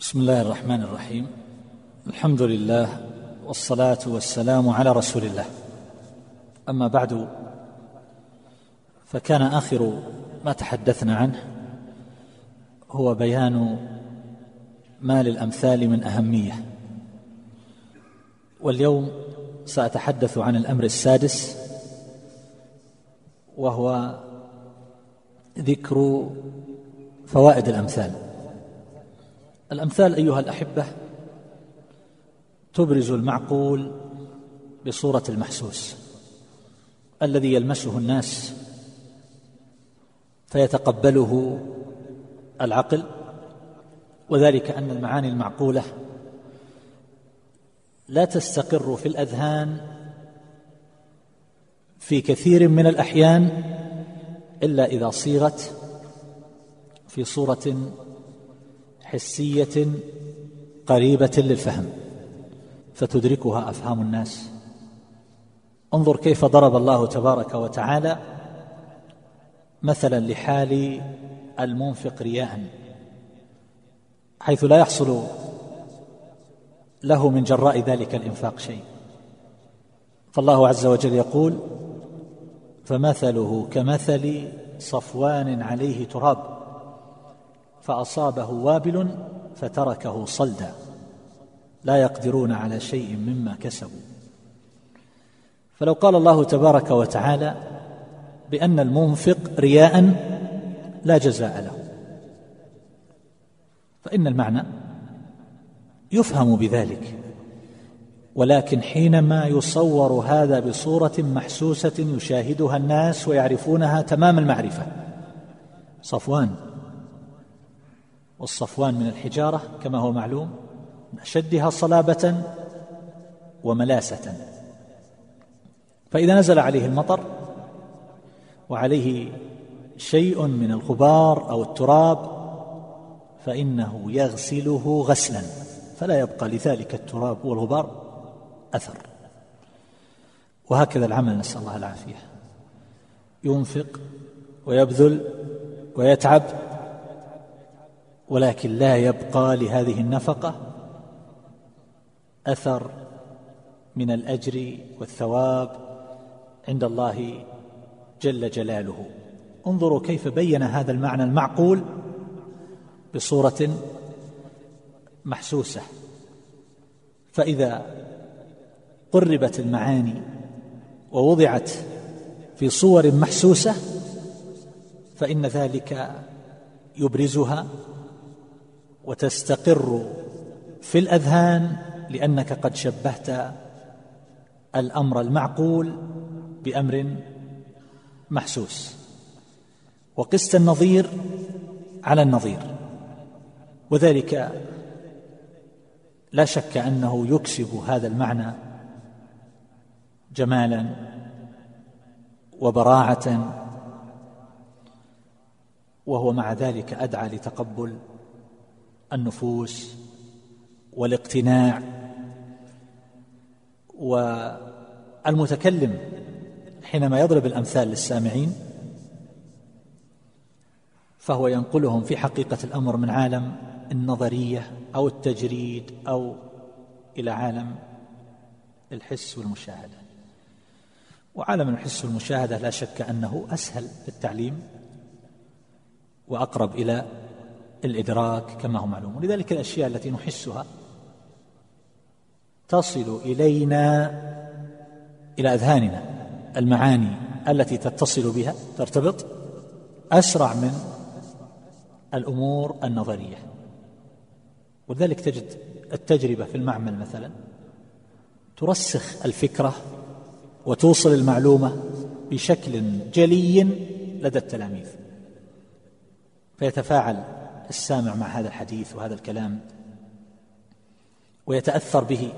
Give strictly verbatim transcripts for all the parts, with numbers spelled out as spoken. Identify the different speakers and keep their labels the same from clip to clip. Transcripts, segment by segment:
Speaker 1: بسم الله الرحمن الرحيم. الحمد لله والصلاة والسلام على رسول الله. أما بعد، فكان آخر ما تحدثنا عنه هو بيان ما للأمثال من أهمية، واليوم سأتحدث عن الأمر السادس، وهو ذكر فوائد الأمثال. الأمثال أيها الأحبة تبرز المعقول بصورة المحسوس الذي يلمسه الناس فيتقبله العقل، وذلك أن المعاني المعقولة لا تستقر في الأذهان في كثير من الأحيان إلا إذا صيغت في صورة حسية قريبة للفهم فتدركها أفهام الناس. انظر كيف ضرب الله تبارك وتعالى مثلا لحال المنفق رياء، حيث لا يحصل له من جراء ذلك الإنفاق شيء. فالله عز وجل يقول: فمثله كمثل صفوان عليه تراب فأصابه وابل فتركه صلدا لا يقدرون على شيء مما كسبوا. فلو قال الله تبارك وتعالى بأن المنفق رياء لا جزاء له، فإن المعنى يفهم بذلك، ولكن حينما يصور هذا بصورة محسوسة يشاهدها الناس ويعرفونها تمام المعرفة، صفوان، والصفوان من الحجارة كما هو معلوم، من أشدها صلابة وملاسة، فإذا نزل عليه المطر وعليه شيء من الغبار أو التراب فإنه يغسله غسلا فلا يبقى لذلك التراب والغبار أثر. وهكذا العمل، نسأل الله العافية، ينفق ويبذل ويتعب، ولكن لا يبقى لهذه النفقة أثر من الأجر والثواب عند الله جل جلاله. انظروا كيف بين هذا المعنى المعقول بصورة محسوسة. فإذا قربت المعاني ووضعت في صور محسوسة فإن ذلك يبرزها وتستقر في الأذهان، لأنك قد شبهت الأمر المعقول بأمر محسوس، وقست النظير على النظير، وذلك لا شك أنه يكسب هذا المعنى جمالا وبراعة، وهو مع ذلك أدعى لتقبل النفوس والاقتناع. والمتكلم حينما يضرب الأمثال للسامعين فهو ينقلهم في حقيقة الأمر من عالم النظرية أو التجريد أو إلى عالم الحس والمشاهدة. وعالم الحس والمشاهدة لا شك أنه أسهل في التعليم وأقرب إلى الإدراك كما هو معلوم، ولذلك الأشياء التي نحسها تصل إلينا إلى أذهاننا، المعاني التي تتصل بها ترتبط أسرع من الأمور النظرية. ولذلك تجد التجربة في المعمل مثلا ترسخ الفكرة وتوصل المعلومة بشكل جلي لدى التلاميذ، فيتفاعل السامع مع هذا الحديث وهذا الكلام ويتأثر به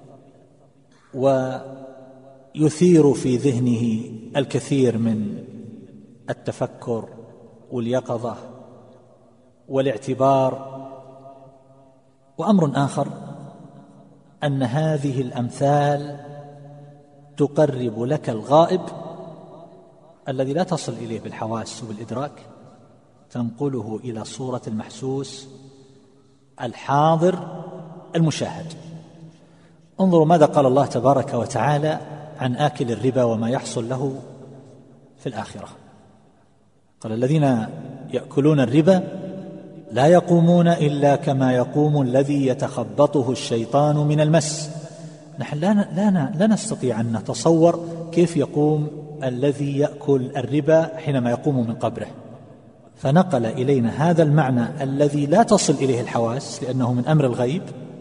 Speaker 1: ويثير في ذهنه الكثير من التفكر واليقظة والاعتبار. وأمر آخر أن هذه الأمثال تقرب لك الغائب الذي لا تصل إليه بالحواس وبالإدراك، تنقله إلى صورة المحسوس الحاضر المشاهد. انظروا ماذا قال الله تبارك وتعالى عن آكل الربا وما يحصل له في الآخرة. قال: الذين يأكلون الربا لا يقومون إلا كما يقوم الذي يتخبطه الشيطان من المس. نحن لا, لا, لا نستطيع أن نتصور كيف يقوم الذي يأكل الربا حينما يقوم من قبره، فنقل إلينا هذا المعنى الذي لا تصل إليه الحواس لأنه من أمر الغيب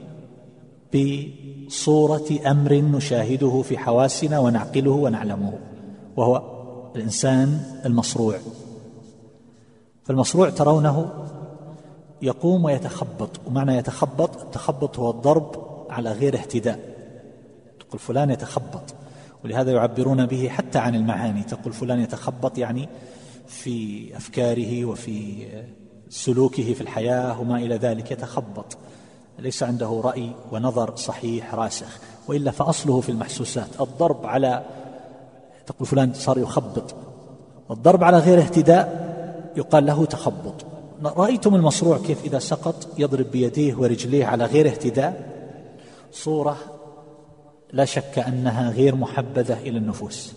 Speaker 1: بصورة أمر نشاهده في حواسنا ونعقله ونعلمه، وهو الإنسان المصروع. فالمصروع ترونه يقوم ويتخبط، ومعنى يتخبط، التخبط هو الضرب على غير اهتداء. تقول فلان يتخبط، ولهذا يعبرون به حتى عن المعاني. تقول فلان يتخبط يعني في أفكاره وفي سلوكه في الحياة وما إلى ذلك، يتخبط، ليس عنده رأي ونظر صحيح راسخ، وإلا فأصله في المحسوسات. الضرب على، تقول فلان صار يخبط، والضرب على غير اهتداء يقال له تخبط. رأيتم المصروع كيف إذا سقط يضرب بيديه ورجليه على غير اهتداء؟ صورة لا شك أنها غير محبذة إلى النفوس.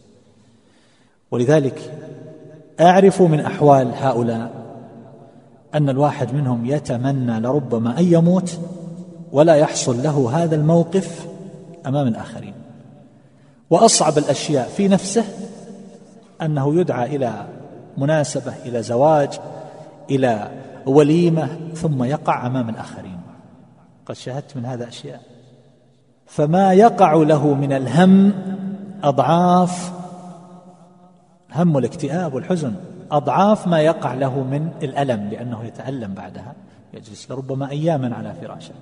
Speaker 1: ولذلك أعرف من أحوال هؤلاء أن الواحد منهم يتمنى لربما أن يموت ولا يحصل له هذا الموقف أمام الآخرين. وأصعب الأشياء في نفسه أنه يدعى إلى مناسبة، إلى زواج، إلى وليمة، ثم يقع أمام الآخرين. قد شاهدت من هذا أشياء، فما يقع له من الهم أضعاف هم الاكتئاب والحزن، أضعاف ما يقع له من الألم، لأنه يتألم بعدها، يجلس لربما أياما على فراشه.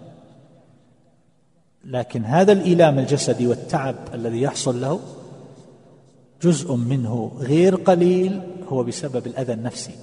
Speaker 1: لكن هذا الإيلام الجسدي والتعب الذي يحصل له جزء منه غير قليل هو بسبب الأذى النفسي.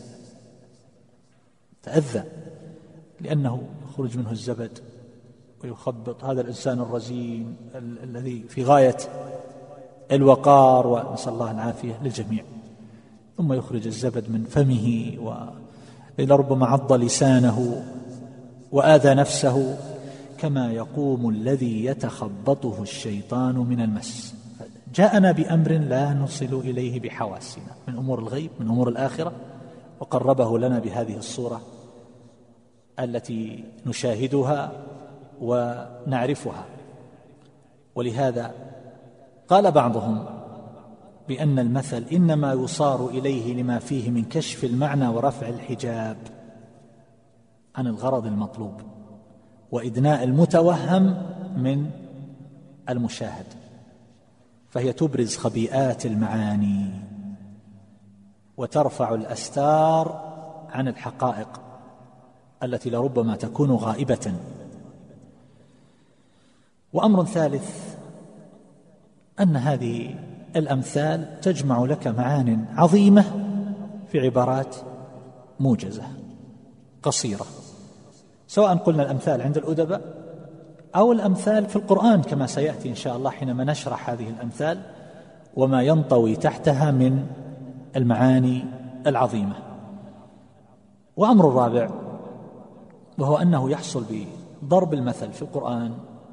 Speaker 1: تأذى لأنه يخرج منه الزبد ويخبط. هذا الإنسان الرزين ال- الذي في غاية الوقار، ونسأل الله العافية للجميع، ثم يخرج الزبد من فمه، ولربما عض لسانه وآذى نفسه، كما يقوم الذي يتخبطه الشيطان من المس. جاءنا بأمر لا نصل إليه بحواسنا من أمور الغيب، من أمور الآخرة، وقربه لنا بهذه الصورة التي نشاهدها ونعرفها. ولهذا قال بعضهم بأن المثل إنما يصار إليه لما فيه من كشف المعنى ورفع الحجاب عن الغرض المطلوب وإدناء المتوهم من المشاهد، فهي تبرز خبيئات المعاني وترفع الأستار عن الحقائق التي لربما تكون غائبة. وأمر ثالث أن هذه الأمثال تجمع لك معان عظيمة في عبارات موجزة قصيرة، سواء قلنا الأمثال عند الأدباء أو الأمثال في القرآن كما سيأتي إن شاء الله حينما نشرح هذه الأمثال وما ينطوي تحتها من المعاني العظيمة. وأمر الرابع وهو أنه يحصل بضرب المثل في القرآن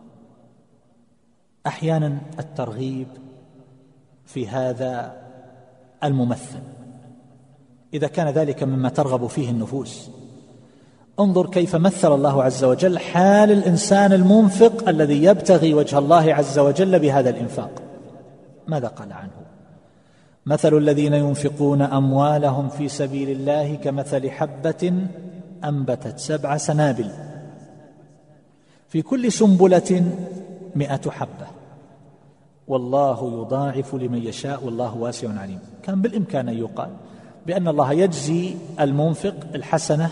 Speaker 1: أحيانا الترغيب في هذا الممثل إذا كان ذلك مما ترغب فيه النفوس. انظر كيف مثل الله عز وجل حال الإنسان المنفق الذي يبتغي وجه الله عز وجل بهذا الإنفاق. ماذا قال عنه؟ مثل الذين ينفقون أموالهم في سبيل الله كمثل حبة أنبتت سبع سنابل في كل سنبلة مئة حبة والله يضاعف لمن يشاء والله واسع عليم. كان بالإمكان أن يقال بأن الله يجزي المنفق الحسنة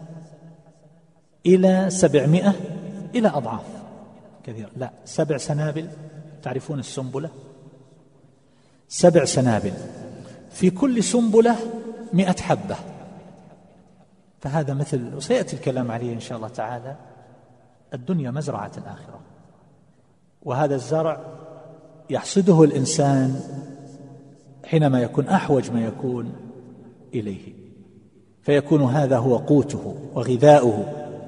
Speaker 1: إلى سبعمائة إلى أضعاف كثيرة. لا، سبع سنابل، تعرفون السنبلة، سبع سنابل في كل سنبلة مئة حبة، فهذا مثل، وسيأتي الكلام عليه إن شاء الله تعالى، الدنيا مزرعة الآخرة، وهذا الزرع يحصده الإنسان حينما يكون أحوج ما يكون إليه، فيكون هذا هو قوته وغذاؤه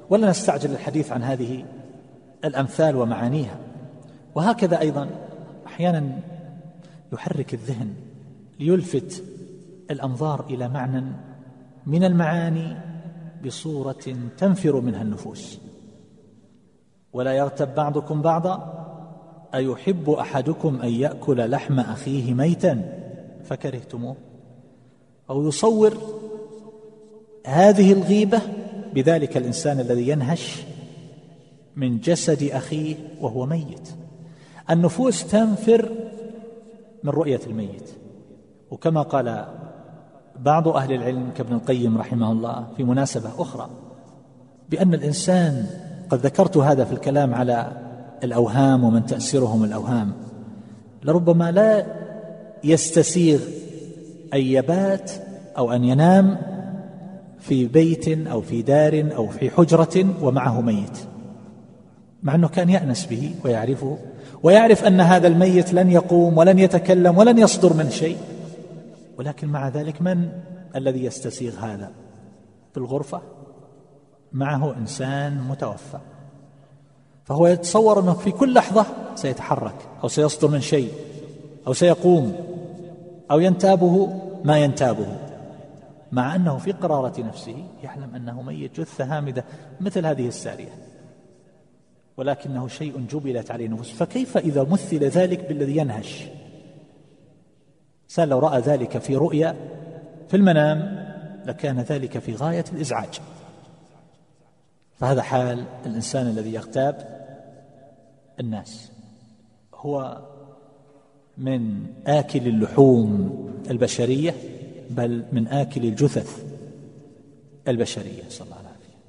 Speaker 1: ولا نستعجل الحديث عن هذه الأمثال ومعانيها. وهكذا أيضا أحيانا يحرك الذهن ليلفت الأنظار إلى معنى من المعاني بصورة تنفر منها النفوس. ولا يغتب بعضكم بعضا أيحب أحدكم أن يأكل لحم أخيه ميتا فكرهتموه، أو يصور هذه الغيبة بذلك الإنسان الذي ينهش من جسد أخيه وهو ميت. النفوس تنفر من رؤية الميت. وكما قال بعض أهل العلم كابن القيم رحمه الله في مناسبة أخرى بأن الإنسان، قد ذكرت هذا في الكلام على الأوهام ومن تأثيرهم الأوهام، لربما لا يستسيغ أن يبات أو أن ينام في بيت أو في دار أو في حجرة ومعه ميت، مع أنه كان يأنس به ويعرفه ويعرف أن هذا الميت لن يقوم ولن يتكلم ولن يصدر من شيء، ولكن مع ذلك من الذي يستسيغ هذا؟ في الغرفة معه إنسان متوفى، فهو يتصور أنه في كل لحظة سيتحرك أو سيصدر من شيء أو سيقوم أو ينتابه ما ينتابه، مع أنه في قرارة نفسه يعلم أنه ميت، جثة هامدة مثل هذه السارية، ولكنه شيء جبلت عليه نفوس. فكيف إذا مثل ذلك بالذي ينهش؟ سأل لو رأى ذلك في رؤيا في المنام لكان ذلك في غاية الإزعاج. فهذا حال الإنسان الذي يغتاب الناس، هو من آكل اللحوم البشرية بل من آكل الجثث البشرية، صلى الله عليه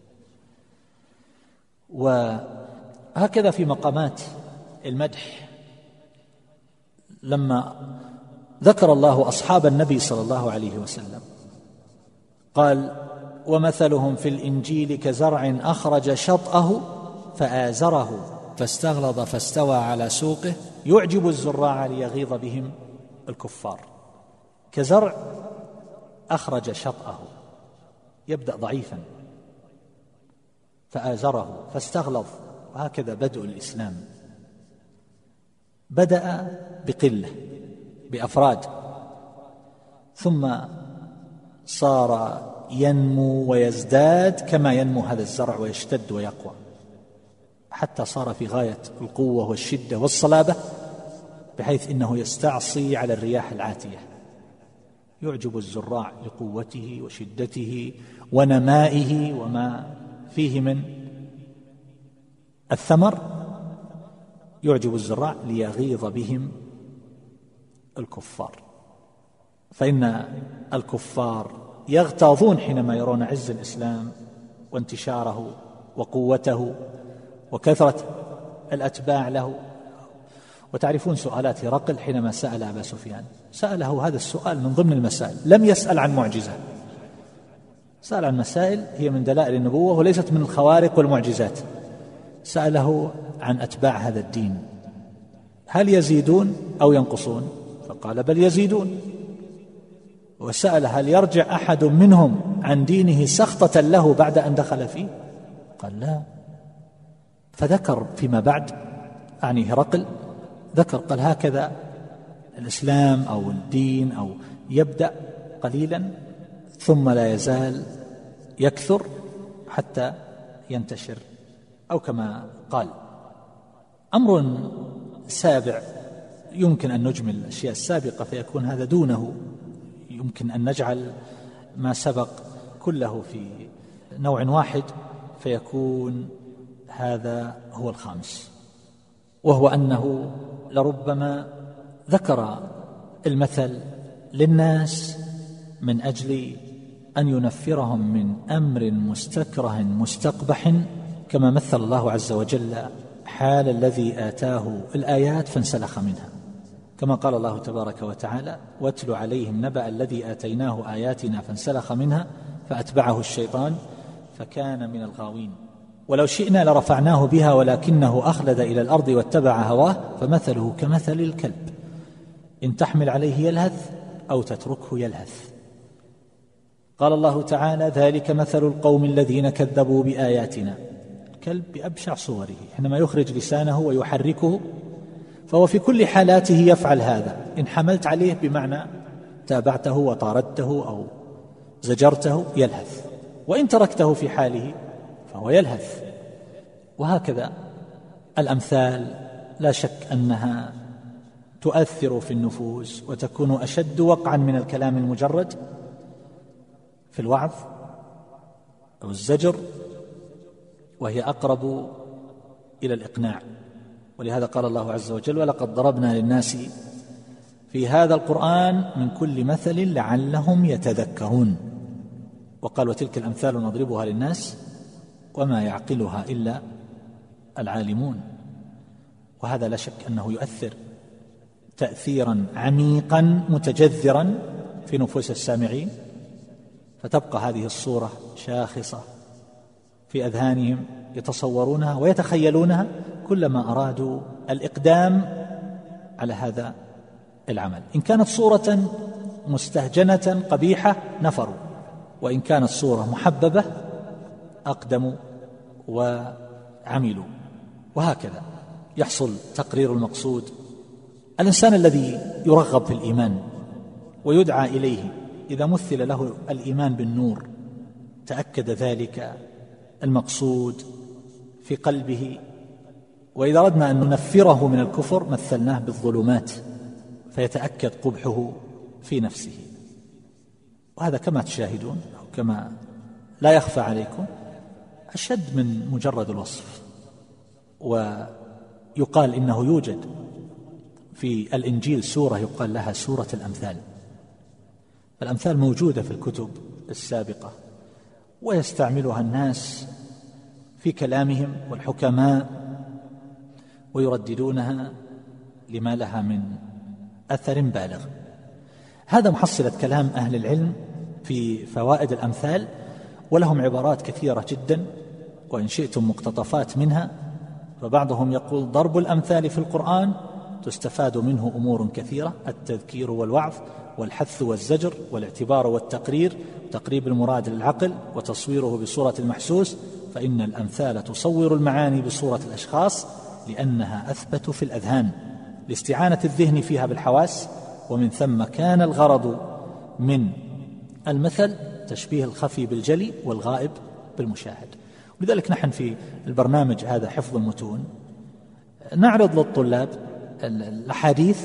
Speaker 1: وسلم. وهكذا في مقامات المدح، لما ذكر الله أصحاب النبي صلى الله عليه وسلم قال: ومثلهم في الإنجيل كزرع أخرج شطأه فآزره فاستغلظ فاستوى على سوقه يعجب الزراع ليغيظ بهم الكفار. كزرع أخرج شطأه، يبدأ ضعيفا فآزره فاستغلظ. وهكذا بدء الإسلام، بدأ بقلة بأفراد، ثم صار ينمو ويزداد كما ينمو هذا الزرع ويشتد ويقوى، حتى صار في غاية القوة والشدة والصلابة، بحيث إنه يستعصي على الرياح العاتية، يعجب الزراع لقوته وشدته ونمائه وما فيه من الثمر، يعجب الزراع ليغيظ بهم الكفار. فإن الكفار يغتاظون حينما يرون عز الإسلام وانتشاره وقوته وكثرة الأتباع له. وتعرفون سؤالات هرقل حينما سأل أبا سفيان، سأله هذا السؤال من ضمن المسائل، لم يسأل عن معجزة، سأل عن مسائل هي من دلائل النبوة وليست من الخوارق والمعجزات. سأله عن أتباع هذا الدين، هل يزيدون أو ينقصون؟ فقال: بل يزيدون. وسأل: هل يرجع أحد منهم عن دينه سخطة له بعد أن دخل فيه؟ قال: لا. فذكر فيما بعد، أعني هرقل، ذكر قال: هكذا الإسلام أو الدين أو يبدأ قليلا ثم لا يزال يكثر حتى ينتشر، أو كما قال. أمر سابع يمكن أن نجمل الأشياء السابقة فيكون هذا دونه، يمكن أن نجعل ما سبق كله في نوع واحد فيكون هذا هو الخامس، وهو أنه لربما ذكر المثل للناس من أجل أن ينفرهم من أمر مستكره مستقبح، كما مثل الله عز وجل حال الذي آتاه الآيات فانسلخ منها، كما قال الله تبارك وتعالى: واتل عليهم نبأ الذي آتيناه آياتنا فانسلخ منها فأتبعه الشيطان فكان من الغاوين. ولو شئنا لرفعناه بها ولكنه أخلد إلى الأرض واتبع هواه فمثله كمثل الكلب إن تحمل عليه يلهث أو تتركه يلهث. قال الله تعالى: ذلك مثل القوم الذين كذبوا بآياتنا. الكلب بأبشع صوره حينما يخرج لسانه ويحركه، فهو في كل حالاته يفعل هذا. إن حملت عليه بمعنى تابعته وطاردته أو زجرته يلهث، وإن تركته في حاله فهو يلهث. وهكذا الأمثال لا شك أنها تؤثر في النفوس وتكون أشد وقعا من الكلام المجرد في الوعظ أو الزجر، وهي أقرب إلى الإقناع. ولهذا قال الله عز وجل: ولقد ضربنا للناس في هذا القرآن من كل مثل لعلهم يتذكرون. وقال: وتلك الأمثال نضربها للناس وما يعقلها إلا العالمون. وهذا لا شك أنه يؤثر تأثيرا عميقا متجذرا في نفوس السامعين، فتبقى هذه الصورة شاخصة في أذهانهم يتصورونها ويتخيلونها كلما أرادوا الإقدام على هذا العمل. إن كانت صورة مستهجنة قبيحة نفروا، وإن كانت صورة محببة أقدموا وعملوا. وهكذا يحصل تقرير المقصود. الإنسان الذي يرغب في الإيمان ويدعى إليه إذا مثل له الإيمان بالنور تأكد ذلك المقصود في قلبه. وإذا أردنا أن ننفره من الكفر مثلناه بالظلمات فيتأكد قبحه في نفسه. وهذا كما تشاهدون أو كما لا يخفى عليكم أشد من مجرد الوصف. ويقال إنه يوجد في الإنجيل سورة يقال لها سورة الأمثال. الأمثال موجودة في الكتب السابقة ويستعملها الناس في كلامهم والحكماء ويرددونها لما لها من أثر بالغ. هذا محصلة كلام أهل العلم في فوائد الأمثال، ولهم عبارات كثيرة جدا، وإن شئتم مقتطفات منها. فبعضهم يقول: ضرب الأمثال في القرآن تستفاد منه أمور كثيرة: التذكير والوعظ والحث والزجر والاعتبار والتقرير، تقريب المراد للعقل وتصويره بصورة المحسوس، فإن الأمثال تصور المعاني بصورة الأشخاص لأنها أثبت في الأذهان لاستعانة الذهن فيها بالحواس، ومن ثم كان الغرض من المثل تشبيه الخفي بالجلي والغائب بالمشاهد. ولذلك نحن في البرنامج هذا حفظ المتون نعرض للطلاب الأحاديث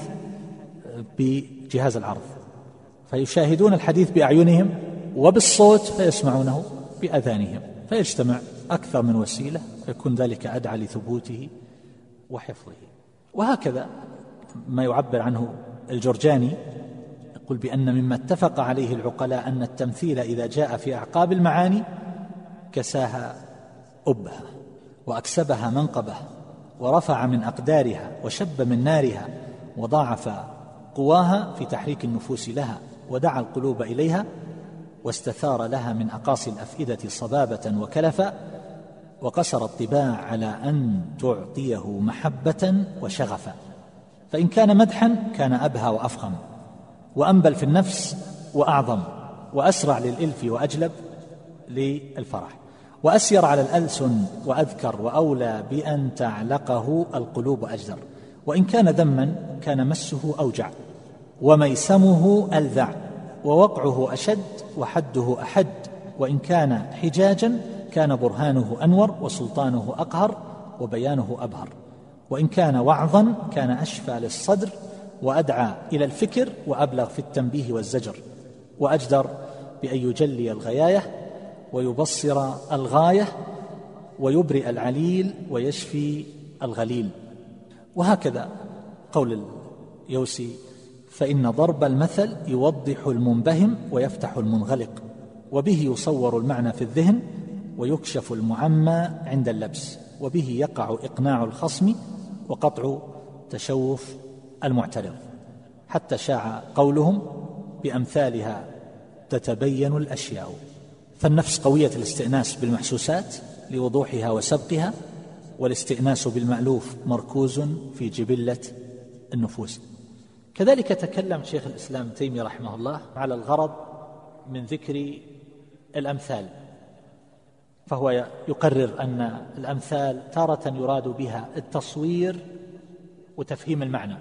Speaker 1: بجهاز العرض، فيشاهدون الحديث بأعينهم وبالصوت فيسمعونه بأذانهم، فيجتمع أكثر من وسيلة، فيكون ذلك أدعى لثبوته وحفظه. وهكذا ما يعبر عنه الجرجاني، يقول بأن مما اتفق عليه العقلاء أن التمثيل إذا جاء في أعقاب المعاني كساها أبها وأكسبها منقبه ورفع من أقدارها وشب من نارها وضاعف قواها في تحريك النفوس لها ودعا القلوب إليها واستثار لها من أقاصي الأفئدة صبابة وكلفا، وقصر الطباع على أن تعطيه محبة وشغفا، فإن كان مدحا كان أبهى وأفخم وأنبل في النفس وأعظم وأسرع للإلف وأجلب للفرح وأسير على الألسن وأذكر وأولى بأن تعلقه القلوب أجدر، وإن كان ذما كان مسه أوجع وميسمه ألذع ووقعه أشد وحده أحد، وإن كان حجاجا كان برهانه أنور وسلطانه أقهر وبيانه أبهر، وإن كان وعظا كان أشفى للصدر وأدعى إلى الفكر وأبلغ في التنبيه والزجر، وأجدر بأن يجلي الغياية ويبصر الغاية ويبرئ العليل ويشفي الغليل. وهكذا قول اليوسي: فإن ضرب المثل يوضح المنبهم ويفتح المنغلق، وبه يصور المعنى في الذهن ويكشف المعمى عند اللبس، وبه يقع إقناع الخصم وقطع تشوف المعترض، حتى شاع قولهم: بأمثالها تتبين الأشياء. فالنفس قوية الاستئناس بالمحسوسات لوضوحها وسبقها، والاستئناس بالمألوف مركوز في جبلة النفوس. كذلك تكلم شيخ الإسلام تيمية رحمه الله على الغرض من ذكر الأمثال، فهو يقرر أن الأمثال تارة يراد بها التصوير وتفهيم المعنى،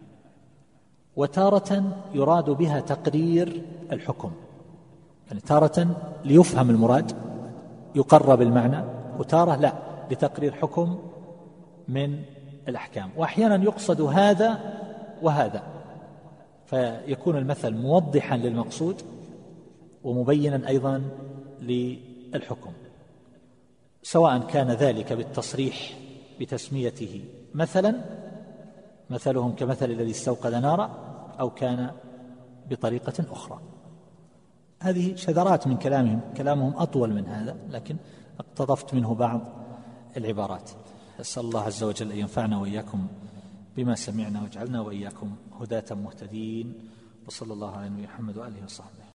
Speaker 1: وتارة يراد بها تقرير الحكم، يعني تارة ليفهم المراد يقرب المعنى، وتارة لا لتقرير حكم من الأحكام، وأحيانا يقصد هذا وهذا، فيكون المثل موضحا للمقصود ومبينا أيضا للحكم، سواء كان ذلك بالتصريح بتسميته مثلا مثلهم كمثل الذي استوقد نارا، أو كان بطريقة أخرى. هذه شذرات من كلامهم، كلامهم أطول من هذا، لكن اقتطفت منه بعض العبارات. أسأل الله عز وجل أن ينفعنا وإياكم بما سمعنا، واجعلنا وإياكم هداة مهتدين، وصلى الله على نبينا محمد وآله وصحبه.